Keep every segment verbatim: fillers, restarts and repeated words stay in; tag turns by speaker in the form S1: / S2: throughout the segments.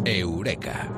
S1: Eureka.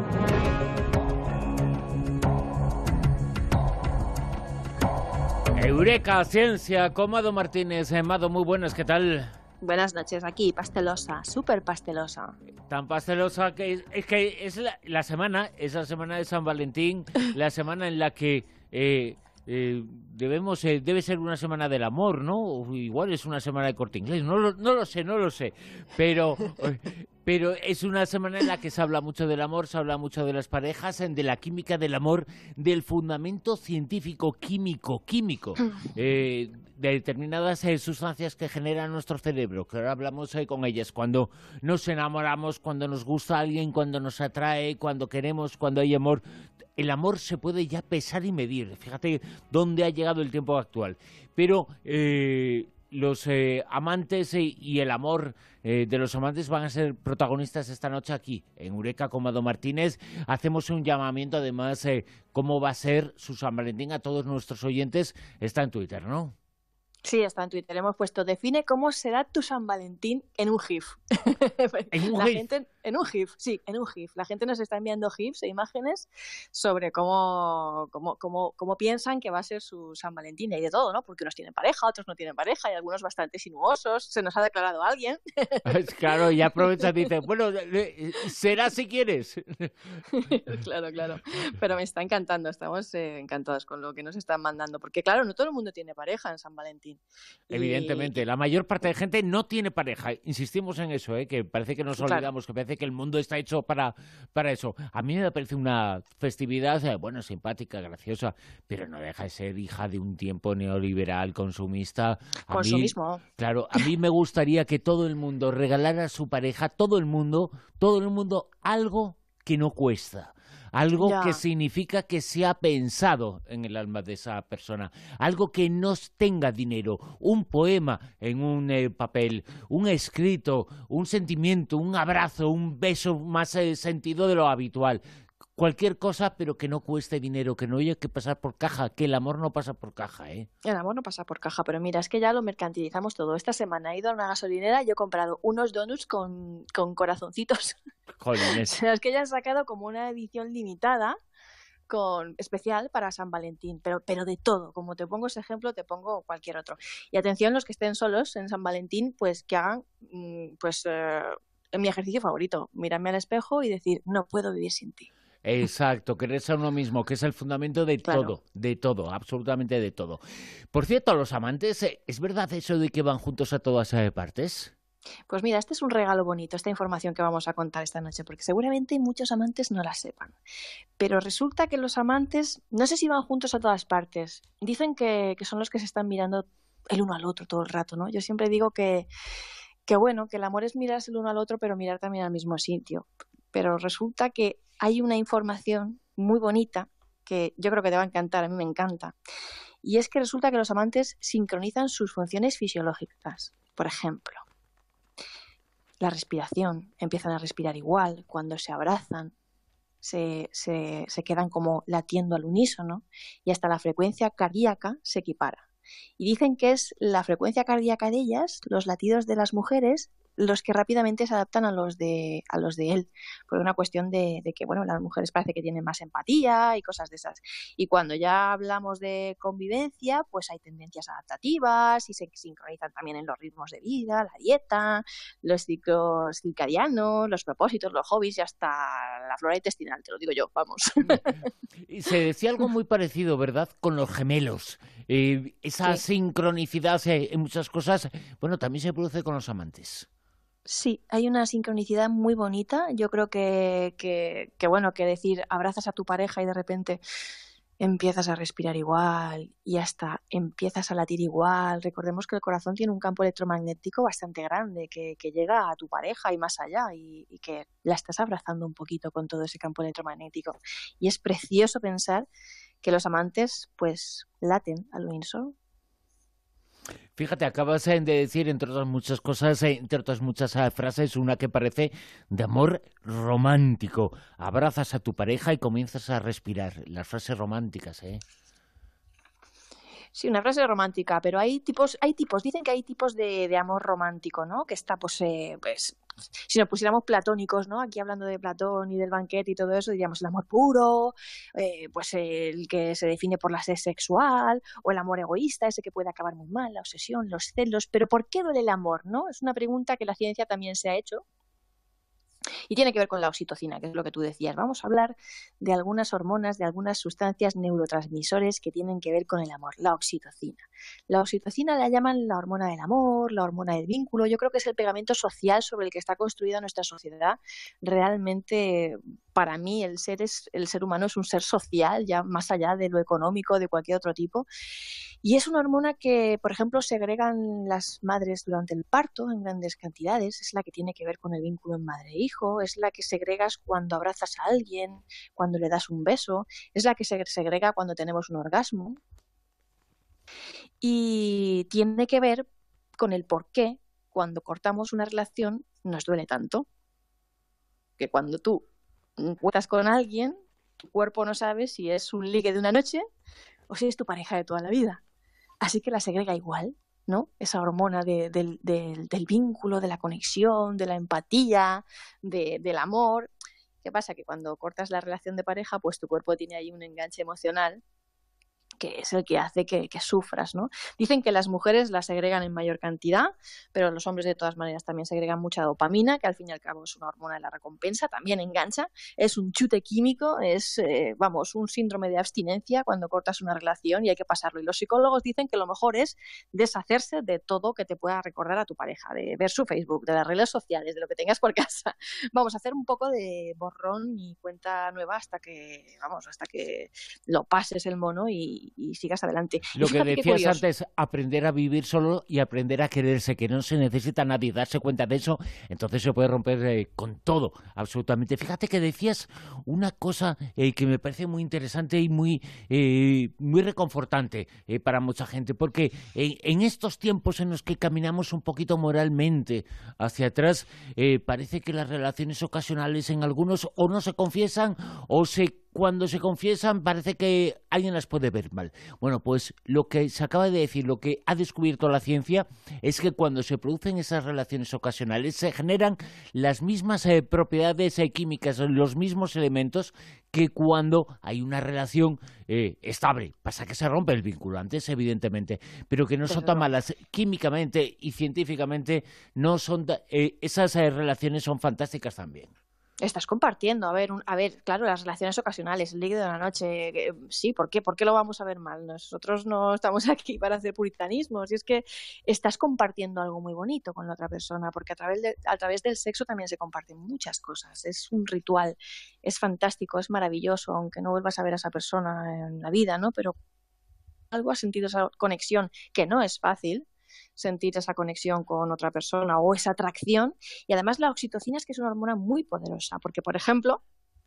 S2: Eureka, ciencia, con Mado Martínez. Eh, Mado, muy buenas, ¿qué tal?
S3: Buenas noches, aquí, pastelosa, súper pastelosa.
S2: Tan pastelosa que es, es que es la, la semana, es la semana de San Valentín, la semana en la que eh, eh, debemos, eh, debe ser una semana del amor, ¿no? O igual es una semana de Corte Inglés, no lo, no lo sé, no lo sé, pero... Pero es una semana en la que se habla mucho del amor, se habla mucho de las parejas, de la química del amor, del fundamento científico, químico, químico, eh, de determinadas eh, sustancias que generan nuestro cerebro, que ahora hablamos eh, con ellas, cuando nos enamoramos, cuando nos gusta alguien, cuando nos atrae, cuando queremos, cuando hay amor. El amor se puede ya pesar y medir, fíjate dónde ha llegado el tiempo actual. Pero... Eh, Los eh, amantes eh, y el amor eh, de los amantes van a ser protagonistas esta noche aquí, en Eureka con Mado Martínez. Hacemos un llamamiento, además, eh, cómo va a ser su San Valentín a todos nuestros oyentes. Está en Twitter, ¿no?
S3: Sí, está en Twitter. Hemos puesto, define cómo será tu San Valentín en un GIF.
S2: ¿En un
S3: La
S2: GIF?
S3: gente, en un GIF, sí, en un GIF. La gente nos está enviando GIFs e imágenes sobre cómo, cómo, cómo, cómo piensan que va a ser su San Valentín. Y hay de todo, ¿no? Porque unos tienen pareja, otros no tienen pareja, y algunos bastante sinuosos. Se nos ha declarado alguien.
S2: Claro, y aprovecha y dice, bueno, será si quieres.
S3: Claro, claro. Pero me está encantando, estamos eh, encantados con lo que nos están mandando. Porque claro, no todo el mundo tiene pareja en San Valentín.
S2: Evidentemente,
S3: y...
S2: la mayor parte de gente no tiene pareja. Insistimos en eso, ¿eh? Que parece que nos olvidamos, claro. Que parece que el mundo está hecho para, para eso. A mí me parece una festividad, eh, bueno, simpática, graciosa, pero no deja de ser hija de un tiempo neoliberal, consumista. A
S3: Consumismo.
S2: Mí, claro, a mí me gustaría que todo el mundo regalara a su pareja, todo el mundo, todo el mundo, algo que no cuesta. Algo ya. Que significa que se ha pensado en el alma de esa persona, algo que no tenga dinero, un poema en un eh, papel, un escrito, un sentimiento, un abrazo, un beso más eh, sentido de lo habitual. Cualquier cosa, pero que no cueste dinero, que no haya que pasar por caja, que el amor no pasa por caja, ¿eh?
S3: El amor no pasa por caja, pero mira, es que ya lo mercantilizamos todo. Esta semana he ido a una gasolinera y he comprado unos donuts con, con corazoncitos.
S2: Jolines.
S3: O sea, es que ya han sacado como una edición limitada con especial para San Valentín, pero, pero de todo. Como te pongo ese ejemplo, te pongo cualquier otro. Y atención, los que estén solos en San Valentín, pues que hagan, pues, eh, mi ejercicio favorito, mirarme al espejo y decir, no puedo vivir sin ti.
S2: Exacto, quererse a uno mismo, que es el fundamento de claro. todo, de todo, absolutamente de todo. Por cierto, los amantes, ¿es verdad eso de que van juntos a todas partes?
S3: Pues mira, este es un regalo bonito, esta información que vamos a contar esta noche, porque seguramente muchos amantes no la sepan. Pero resulta que los amantes, no sé si van juntos a todas partes, dicen que, que son los que se están mirando el uno al otro todo el rato, ¿no? Yo siempre digo que, que bueno, que el amor es mirarse el uno al otro, pero mirar también al mismo sitio. Pero resulta que hay una información muy bonita que yo creo que te va a encantar, a mí me encanta. Y es que resulta que los amantes sincronizan sus funciones fisiológicas. Por ejemplo, la respiración, empiezan a respirar igual, cuando se abrazan, se, se, se quedan como latiendo al unísono y hasta la frecuencia cardíaca se equipara. Y dicen que es la frecuencia cardíaca de ellas, los latidos de las mujeres, los que rápidamente se adaptan a los de a los de él, por una cuestión de, de que, bueno, las mujeres parece que tienen más empatía y cosas de esas. Y cuando ya hablamos de convivencia, pues hay tendencias adaptativas y se sincronizan también en los ritmos de vida, la dieta, los ciclos circadianos, los propósitos, los hobbies y hasta la flora intestinal, te lo digo yo, vamos.
S2: Y se decía algo muy parecido, ¿verdad?, con los gemelos. Eh, esa sí. sincronicidad eh, en muchas cosas, bueno, también se produce con los amantes.
S3: Sí, hay una sincronicidad muy bonita. Yo creo que, que, que, bueno, que decir abrazas a tu pareja y de repente empiezas a respirar igual y hasta empiezas a latir igual. Recordemos que el corazón tiene un campo electromagnético bastante grande que, que llega a tu pareja y más allá y, y que la estás abrazando un poquito con todo ese campo electromagnético. Y es precioso pensar que los amantes pues laten al unísono.
S2: Fíjate, acabas de decir, entre otras muchas cosas, entre otras muchas frases, una que parece de amor romántico. Abrazas a tu pareja y comienzas a respirar. Las frases románticas, ¿eh?
S3: Sí, una frase romántica, pero hay tipos, hay tipos, dicen que hay tipos de, de amor romántico, ¿no? Que está, pues, eh, pues si nos pusiéramos platónicos, ¿no? Aquí hablando de Platón y del banquete y todo eso, diríamos el amor puro, eh, pues el que se define por la sed sexual, o el amor egoísta, ese que puede acabar muy mal, la obsesión, los celos. Pero ¿por qué duele el amor, no? Es una pregunta que la ciencia también se ha hecho. Y tiene que ver con la oxitocina, que es lo que tú decías. Vamos a hablar de algunas hormonas, de algunas sustancias neurotransmisores que tienen que ver con el amor, la oxitocina. La oxitocina la llaman la hormona del amor, la hormona del vínculo. Yo creo que es el pegamento social sobre el que está construida nuestra sociedad. Realmente, para mí, el ser, es, el ser humano es un ser social, ya más allá de lo económico, de cualquier otro tipo. Y es una hormona que, por ejemplo, segregan las madres durante el parto en grandes cantidades. Es la que tiene que ver con el vínculo en madre-hijo, es la que segregas cuando abrazas a alguien, cuando le das un beso, es la que se segrega cuando tenemos un orgasmo. Y tiene que ver con el por qué cuando cortamos una relación nos duele tanto. Que cuando tú estás con alguien, tu cuerpo no sabe si es un ligue de una noche o si es tu pareja de toda la vida. Así que la segrega igual, ¿no? Esa hormona de, de, de, del vínculo, de la conexión, de la empatía, de, del amor. ¿Qué pasa? Que cuando cortas la relación de pareja, pues tu cuerpo tiene ahí un enganche emocional que es el que hace que, que sufras, ¿no? Dicen que las mujeres la segregan en mayor cantidad, pero los hombres de todas maneras también segregan mucha dopamina, que al fin y al cabo es una hormona de la recompensa, también engancha, es un chute químico, es, eh, vamos, un síndrome de abstinencia cuando cortas una relación y hay que pasarlo. Y los psicólogos dicen que lo mejor es deshacerse de todo que te pueda recordar a tu pareja, de ver su Facebook, de las redes sociales, de lo que tengas por casa. Vamos a hacer un poco de borrón y cuenta nueva hasta que, vamos, hasta que lo pases el mono y y sigas adelante.
S2: Lo que decías antes, aprender a vivir solo y aprender a quererse, que no se necesita nadie darse cuenta de eso, entonces se puede romper eh, con todo, absolutamente. Fíjate que decías una cosa eh, que me parece muy interesante y muy, eh, muy reconfortante eh, para mucha gente, porque en, en estos tiempos en los que caminamos un poquito moralmente hacia atrás, eh, parece que las relaciones ocasionales en algunos o no se confiesan o se cuando se confiesan parece que alguien las puede ver mal. Bueno, pues lo que se acaba de decir, lo que ha descubierto la ciencia es que cuando se producen esas relaciones ocasionales se generan las mismas eh, propiedades eh, químicas, los mismos elementos que cuando hay una relación eh, estable. Pasa que se rompe el vínculo antes, evidentemente, pero que no son tan malas químicamente y científicamente. No son eh, esas eh, relaciones son fantásticas también.
S3: Estás compartiendo, a ver, un, a ver, claro, las relaciones ocasionales, el líquido de la noche, eh, sí, ¿por qué? ¿Por qué lo vamos a ver mal? Nosotros no estamos aquí para hacer puritanismos, y es que estás compartiendo algo muy bonito con la otra persona, porque a través, de, a través del sexo también se comparten muchas cosas, es un ritual, es fantástico, es maravilloso, aunque no vuelvas a ver a esa persona en la vida, ¿no? Pero algo has sentido esa conexión, que no es fácil, sentir esa conexión con otra persona o esa atracción. Y además la oxitocina es que es una hormona muy poderosa, porque, por ejemplo,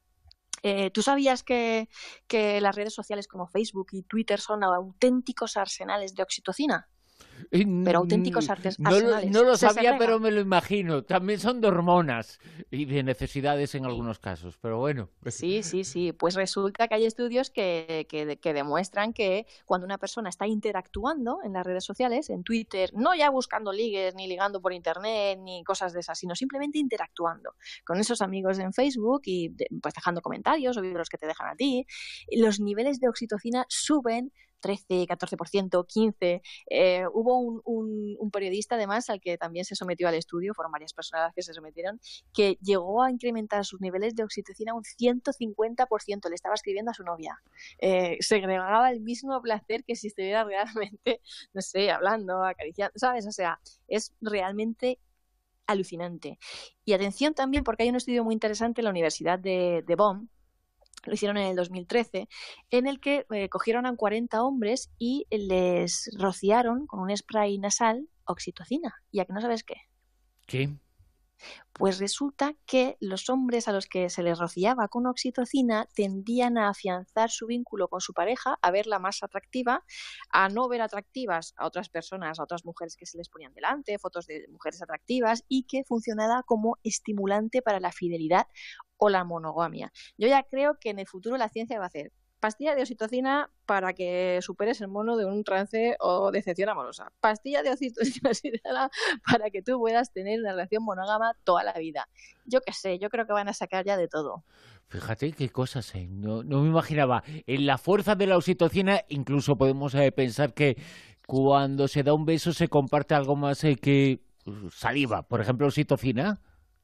S3: eh, ¿tú sabías que, que las redes sociales como Facebook y Twitter son auténticos arsenales de oxitocina? Pero auténticos artes,
S2: no,
S3: arsenales.
S2: No lo sabía, pero me lo imagino. También son de hormonas y de necesidades en algunos casos, pero bueno.
S3: Sí, sí, sí. Pues resulta que hay estudios que, que, que demuestran que cuando una persona está interactuando en las redes sociales, en Twitter, no ya buscando ligues, ni ligando por internet, ni cosas de esas, sino simplemente interactuando con esos amigos en Facebook y pues dejando comentarios o vídeos que te dejan a ti, los niveles de oxitocina suben trece, catorce por ciento, quince por ciento. Eh, hubo un, un, un periodista, además, al que también se sometió al estudio, fueron varias personas las que se sometieron, que llegó a incrementar sus niveles de oxitocina un ciento cincuenta por ciento. Le estaba escribiendo a su novia. Eh, segregaba el mismo placer que si estuviera realmente, no sé, hablando, acariciando, ¿sabes? O sea, es realmente alucinante. Y atención también, porque hay un estudio muy interesante en la Universidad de, de Bonn, lo hicieron en el dos mil trece, en el que eh, cogieron a cuarenta hombres y les rociaron con un spray nasal oxitocina. ¿Y a que no sabes qué?
S2: ¿Qué?
S3: Pues resulta que los hombres a los que se les rociaba con oxitocina tendían a afianzar su vínculo con su pareja, a verla más atractiva, a no ver atractivas a otras personas, a otras mujeres que se les ponían delante, fotos de mujeres atractivas, y que funcionaba como estimulante para la fidelidad o la monogamia. Yo ya creo que en el futuro la ciencia va a hacer pastilla de oxitocina para que superes el mono de un trance o decepción amorosa. Pastilla de oxitocina para que tú puedas tener una relación monógama toda la vida. Yo qué sé, yo creo que van a sacar ya de todo.
S2: Fíjate qué cosas, ¿eh? No, no me imaginaba. En la fuerza de la oxitocina incluso podemos eh, pensar que cuando se da un beso se comparte algo más eh, que pues, saliva. Por ejemplo, oxitocina.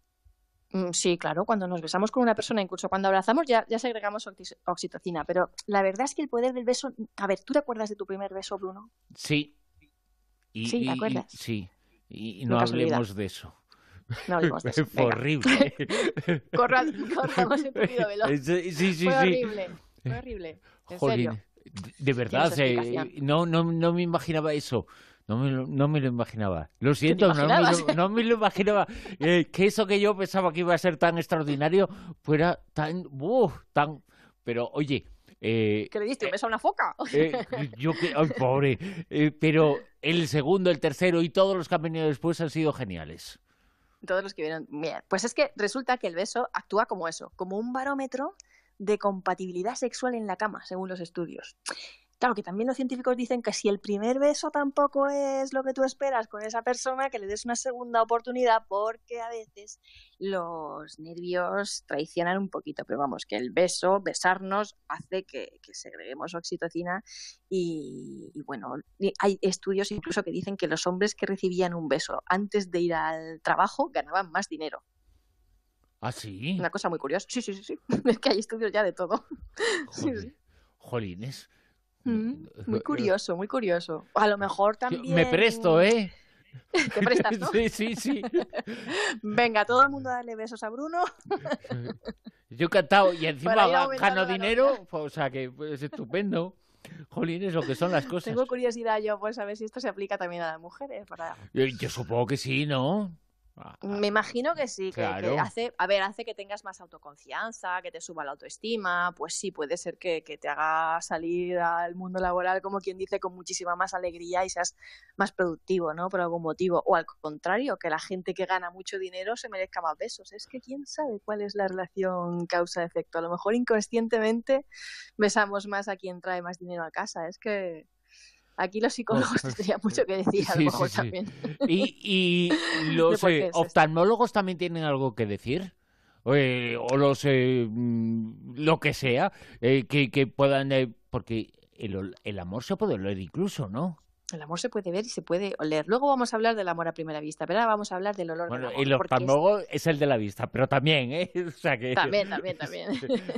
S3: Sí, claro, cuando nos besamos con una persona, incluso cuando abrazamos, ya, ya segregamos oxitocina. Pero la verdad es que el poder del beso... A ver, ¿tú te acuerdas de tu primer beso, Bruno?
S2: Sí. Y,
S3: sí, ¿te
S2: y,
S3: acuerdas?
S2: Y, sí. Y, y no hablemos de eso.
S3: No hablemos de eso.
S2: Fue horrible.
S3: Corra, corramos el tupido velo.
S2: Sí, sí, sí.
S3: Fue
S2: sí.
S3: horrible, fue horrible. En
S2: Jolín,
S3: serio.
S2: De, de verdad, eh, no, no, no me imaginaba eso. No me, lo, no me lo imaginaba. Lo siento, no me lo, no me lo imaginaba. Eh, que eso que yo pensaba que iba a ser tan extraordinario fuera tan... Uh, tan... Pero, oye... Eh,
S3: ¿Qué le diste? ¿Un beso a una foca?
S2: Eh, yo que... ¡Ay, pobre! Eh, pero el segundo, el tercero y todos los que han venido después han sido geniales.
S3: Todos los que vieron... Mira, pues es que resulta que el beso actúa como eso, como un barómetro de compatibilidad sexual en la cama, según los estudios. Claro, que también los científicos dicen que si el primer beso tampoco es lo que tú esperas con esa persona, que le des una segunda oportunidad, porque a veces los nervios traicionan un poquito. Pero vamos, que el beso, besarnos, hace que, que segreguemos oxitocina y, y bueno, hay estudios incluso que dicen que los hombres que recibían un beso antes de ir al trabajo ganaban más dinero.
S2: ¿Ah, sí?
S3: Una cosa muy curiosa. Sí, sí, sí, sí. Es que hay estudios ya de todo.
S2: Joder,
S3: sí, sí.
S2: Jolines.
S3: Mm, muy curioso, muy curioso. A lo mejor también...
S2: Me presto, ¿eh?
S3: ¿Te prestas, no?
S2: Sí, sí, sí.
S3: Venga, todo el mundo a darle besos a Bruno.
S2: Yo he cantado y encima gano dinero, o sea que es estupendo. Jolines, lo que son las cosas.
S3: Tengo curiosidad yo, pues a ver si esto se aplica también a las mujeres. Para...
S2: Yo, yo supongo que sí, ¿no?
S3: Me imagino que sí, que,
S2: claro.
S3: que hace, a ver, hace que tengas más autoconfianza, que te suba la autoestima, pues sí, puede ser que, que te haga salir al mundo laboral, como quien dice, con muchísima más alegría y seas más productivo, ¿no? Por algún motivo. O al contrario, que la gente que gana mucho dinero se merezca más besos. Es que quién sabe cuál es la relación causa-efecto. A lo mejor inconscientemente besamos más a quien trae más dinero a casa. Es que... Aquí los psicólogos tendrían mucho que decir, a lo
S2: sí,
S3: mejor
S2: sí, sí.
S3: también.
S2: ¿Y, y los eh, oftalmólogos también tienen algo que decir? Eh, o los... Eh, lo que sea, eh, que, que puedan... Eh, porque el, el amor se puede oler incluso, ¿no?
S3: El amor se puede ver y se puede oler. Luego vamos a hablar del amor a primera vista, pero ahora vamos a hablar del olor
S2: bueno,
S3: del amor.
S2: El oftalmólogo es... es el de la vista, pero también, ¿eh? O sea que...
S3: También, también, también.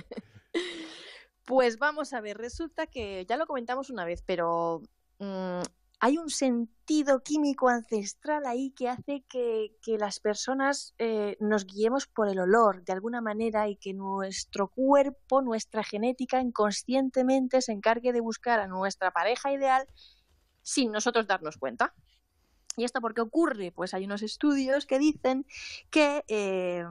S3: Pues vamos a ver, resulta que ya lo comentamos una vez, pero... Mm, hay un sentido químico ancestral ahí que hace que, que las personas eh, nos guiemos por el olor de alguna manera y que nuestro cuerpo, nuestra genética inconscientemente se encargue de buscar a nuestra pareja ideal sin nosotros darnos cuenta. ¿Y esto por qué ocurre? Pues hay unos estudios que dicen que eh,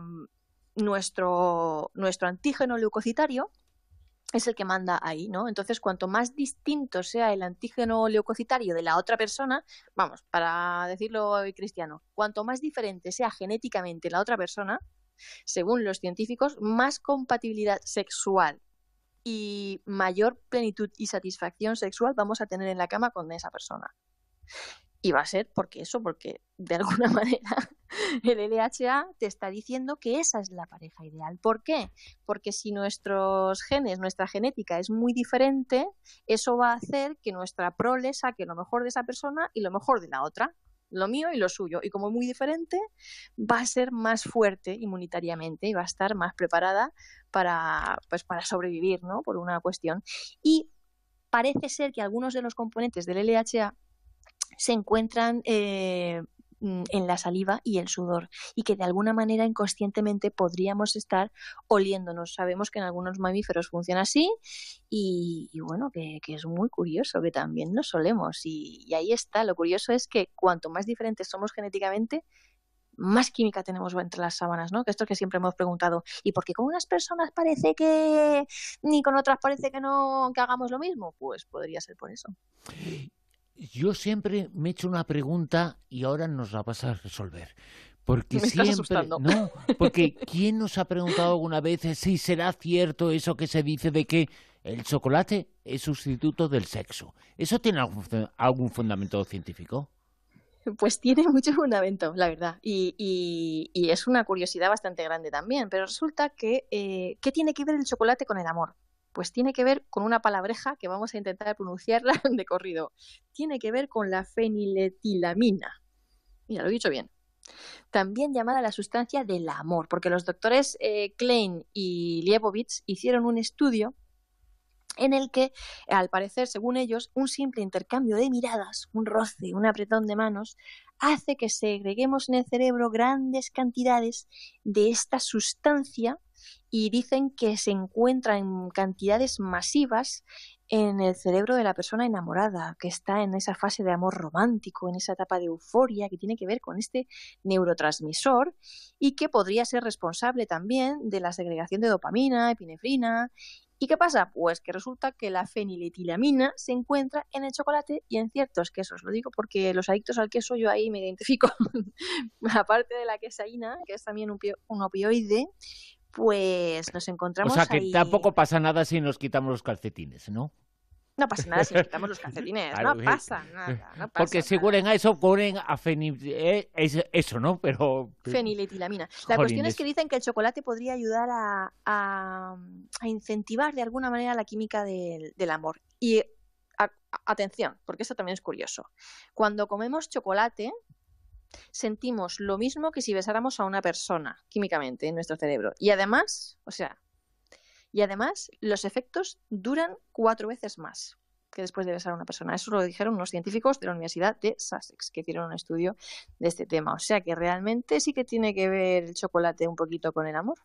S3: nuestro, nuestro antígeno leucocitario es el que manda ahí, ¿no? Entonces, cuanto más distinto sea el antígeno leucocitario de la otra persona, vamos, para decirlo cristiano, cuanto más diferente sea genéticamente la otra persona, según los científicos, más compatibilidad sexual y mayor plenitud y satisfacción sexual vamos a tener en la cama con esa persona. Y va a ser porque eso, porque de alguna manera el L H A te está diciendo que esa es la pareja ideal. ¿Por qué? Porque si nuestros genes, nuestra genética es muy diferente, eso va a hacer que nuestra prole saque lo mejor de esa persona y lo mejor de la otra, lo mío y lo suyo. Y como es muy diferente, va a ser más fuerte inmunitariamente y va a estar más preparada para, pues, para sobrevivir, ¿no? Por una cuestión. Y parece ser que algunos de los componentes del L H A se encuentran eh, en la saliva y el sudor y que de alguna manera inconscientemente podríamos estar oliéndonos. Sabemos que en algunos mamíferos funciona así y, y bueno, que, que es muy curioso, que también nos olemos y, y ahí está. Lo curioso es que cuanto más diferentes somos genéticamente, más química tenemos entre las sábanas, ¿no? Que esto es que siempre hemos preguntado. ¿Y por qué con unas personas parece que ni con otras parece que no que hagamos lo mismo? Pues podría ser por eso.
S2: Yo siempre me he hecho una pregunta y ahora nos la vas a resolver. Porque
S3: me
S2: siempre,
S3: estás asustando.
S2: No, porque ¿quién nos ha preguntado alguna vez si será cierto eso que se dice de que el chocolate es sustituto del sexo. ¿Eso tiene algún, algún fundamento científico?
S3: Pues tiene mucho fundamento, la verdad, y, y, y es una curiosidad bastante grande también, pero resulta que, eh, ¿qué tiene que ver el chocolate con el amor? Pues tiene que ver con una palabreja que vamos a intentar pronunciarla de corrido. Tiene que ver con la feniletilamina. Mira, lo he dicho bien. También llamada la sustancia del amor, porque los doctores eh, Klein y Liebowitz hicieron un estudio en el que, al parecer, según ellos, un simple intercambio de miradas, un roce, un apretón de manos, hace que segreguemos en el cerebro grandes cantidades de esta sustancia, y dicen que se encuentra en cantidades masivas en el cerebro de la persona enamorada, que está en esa fase de amor romántico, en esa etapa de euforia que tiene que ver con este neurotransmisor y que podría ser responsable también de la segregación de dopamina, epinefrina. ¿Y qué pasa? Pues que resulta que la feniletilamina se encuentra en el chocolate y en ciertos quesos. Lo digo porque los adictos al queso yo ahí me identifico. Aparte de la quesaína, que es también un, un opioide, pues nos encontramos ahí...
S2: O sea que
S3: ahí...
S2: tampoco pasa nada si nos quitamos los calcetines, ¿no?
S3: No pasa nada si nos quitamos los calcetines, claro, no pasa nada, no pasa
S2: Porque si
S3: nada.
S2: huelen a eso, ponen a fenil... eh, es eso, ¿no? Pero...
S3: Feniletilamina. La
S2: Jolines.
S3: cuestión es que dicen que el chocolate podría ayudar a, a, a incentivar de alguna manera la química del, del amor. Y a, a, atención, porque esto también es curioso. Cuando comemos chocolate, sentimos lo mismo que si besáramos a una persona químicamente en nuestro cerebro. Y además, o sea... Y además, los efectos duran cuatro veces más que después de besar a una persona. Eso lo dijeron unos científicos de la Universidad de Sussex, que hicieron un estudio de este tema. O sea que realmente sí que tiene que ver el chocolate un poquito con el amor.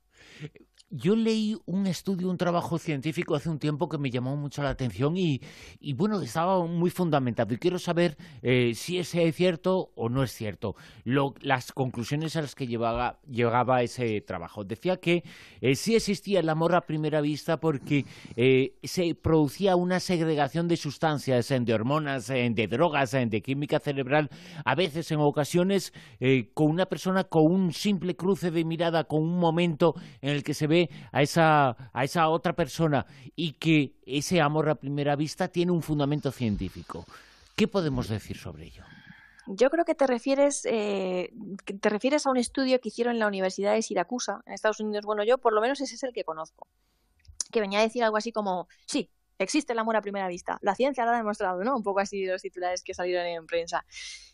S2: Yo leí un estudio, un trabajo científico hace un tiempo que me llamó mucho la atención y, y bueno, estaba muy fundamentado. Y quiero saber eh, si es cierto o no es cierto. Lo, las conclusiones a las que llevaba, llegaba ese trabajo. Decía que eh, sí existía el amor a primera vista porque eh, se producía una segregación de sustancias, de hormonas, de drogas, de química cerebral, a veces en ocasiones eh, con una persona con un simple cruce de mirada, con un momento en el que se ve a esa, a esa otra persona y que ese amor a primera vista tiene un fundamento científico. ¿Qué podemos decir sobre ello?
S3: Yo creo que te refieres, eh, que te refieres a un estudio que hicieron en la Universidad de Siracusa, en Estados Unidos. Bueno, yo por lo menos ese es el que conozco, que venía a decir algo así como, sí, existe el amor a primera vista, la ciencia lo ha demostrado, ¿no? Un poco así los titulares que salieron en prensa.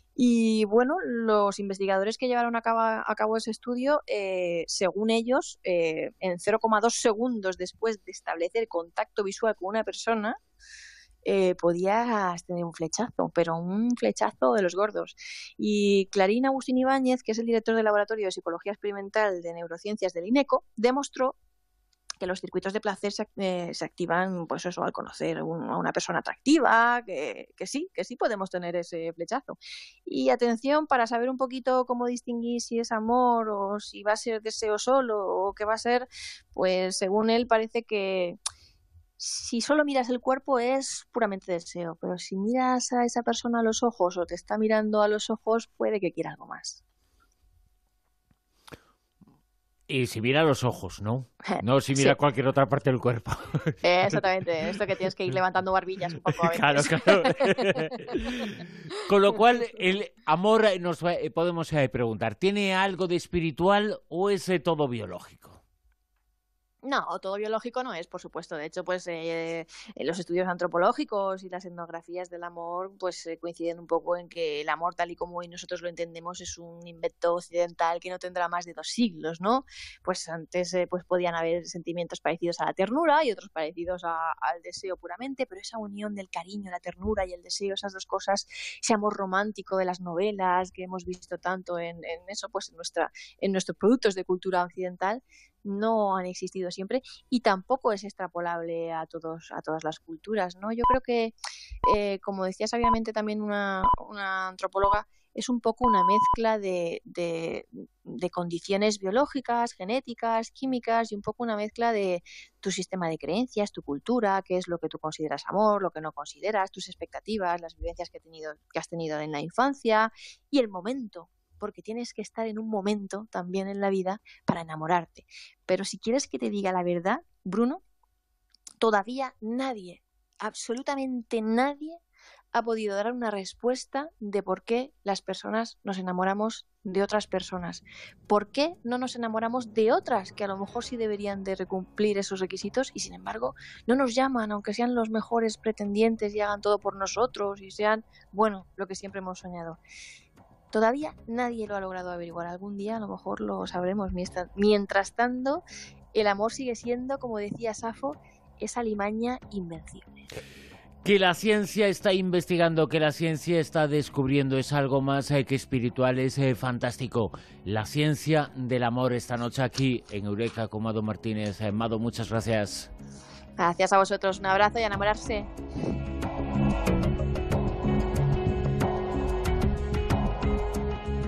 S3: Y bueno, los investigadores que llevaron a cabo, a cabo ese estudio, eh, según ellos, eh, en cero coma dos segundos después de establecer contacto visual con una persona, eh, podías tener un flechazo, pero un flechazo de los gordos. Y Clarín Agustín Ibáñez, que es el director del Laboratorio de Psicología Experimental de Neurociencias del INECO, demostró que los circuitos de placer se, eh, se activan, pues eso, al conocer un, a una persona atractiva, que, que sí, que sí podemos tener ese flechazo. Y atención, para saber un poquito cómo distinguir si es amor o si va a ser deseo solo o qué va a ser, pues según él parece que si solo miras el cuerpo es puramente deseo, pero si miras a esa persona a los ojos o te está mirando a los ojos, puede que quiera algo más.
S2: Y si mira los ojos, ¿no? No si mira sí. cualquier otra parte del cuerpo.
S3: Eh, exactamente, esto que tienes que ir levantando barbillas un poco a veces.
S2: Claro, claro. Con lo cual, el amor, nos podemos preguntar, ¿tiene algo de espiritual o es todo biológico?
S3: No, todo biológico no es, por supuesto. De hecho, pues eh, los estudios antropológicos y las etnografías del amor pues eh, coinciden un poco en que el amor, tal y como hoy nosotros lo entendemos, es un invento occidental que no tendrá más de dos siglos, ¿no? Pues antes eh, pues podían haber sentimientos parecidos a la ternura y otros parecidos a, al deseo puramente, pero esa unión del cariño, la ternura y el deseo, esas dos cosas, ese amor romántico de las novelas que hemos visto tanto en, en eso, pues en nuestra, en nuestros productos de cultura occidental, no han existido siempre y tampoco es extrapolable a todos a todas las culturas, ¿no? Yo creo que, eh, como decía sabiamente también una, una antropóloga, es un poco una mezcla de, de, de condiciones biológicas, genéticas, químicas y un poco una mezcla de tu sistema de creencias, tu cultura, qué es lo que tú consideras amor, lo que no consideras, tus expectativas, las vivencias que, he tenido, que has tenido en la infancia y el momento, porque tienes que estar en un momento también en la vida para enamorarte. Pero si quieres que te diga la verdad, Bruno, todavía nadie, absolutamente nadie, ha podido dar una respuesta de por qué las personas nos enamoramos de otras personas. ¿Por qué no nos enamoramos de otras que a lo mejor sí deberían de cumplir esos requisitos y sin embargo no nos llaman, aunque sean los mejores pretendientes y hagan todo por nosotros y sean, bueno, lo que siempre hemos soñado? Todavía nadie lo ha logrado averiguar. Algún día a lo mejor lo sabremos. Mientras tanto, el amor sigue siendo, como decía Safo, esa alimaña invencible.
S2: Que la ciencia está investigando, que la ciencia está descubriendo, es algo más eh, que espiritual, es eh, fantástico. La ciencia del amor esta noche aquí en Eureka con Mado Martínez. Eh, Mado, muchas gracias.
S3: Gracias a vosotros, un abrazo y a enamorarse.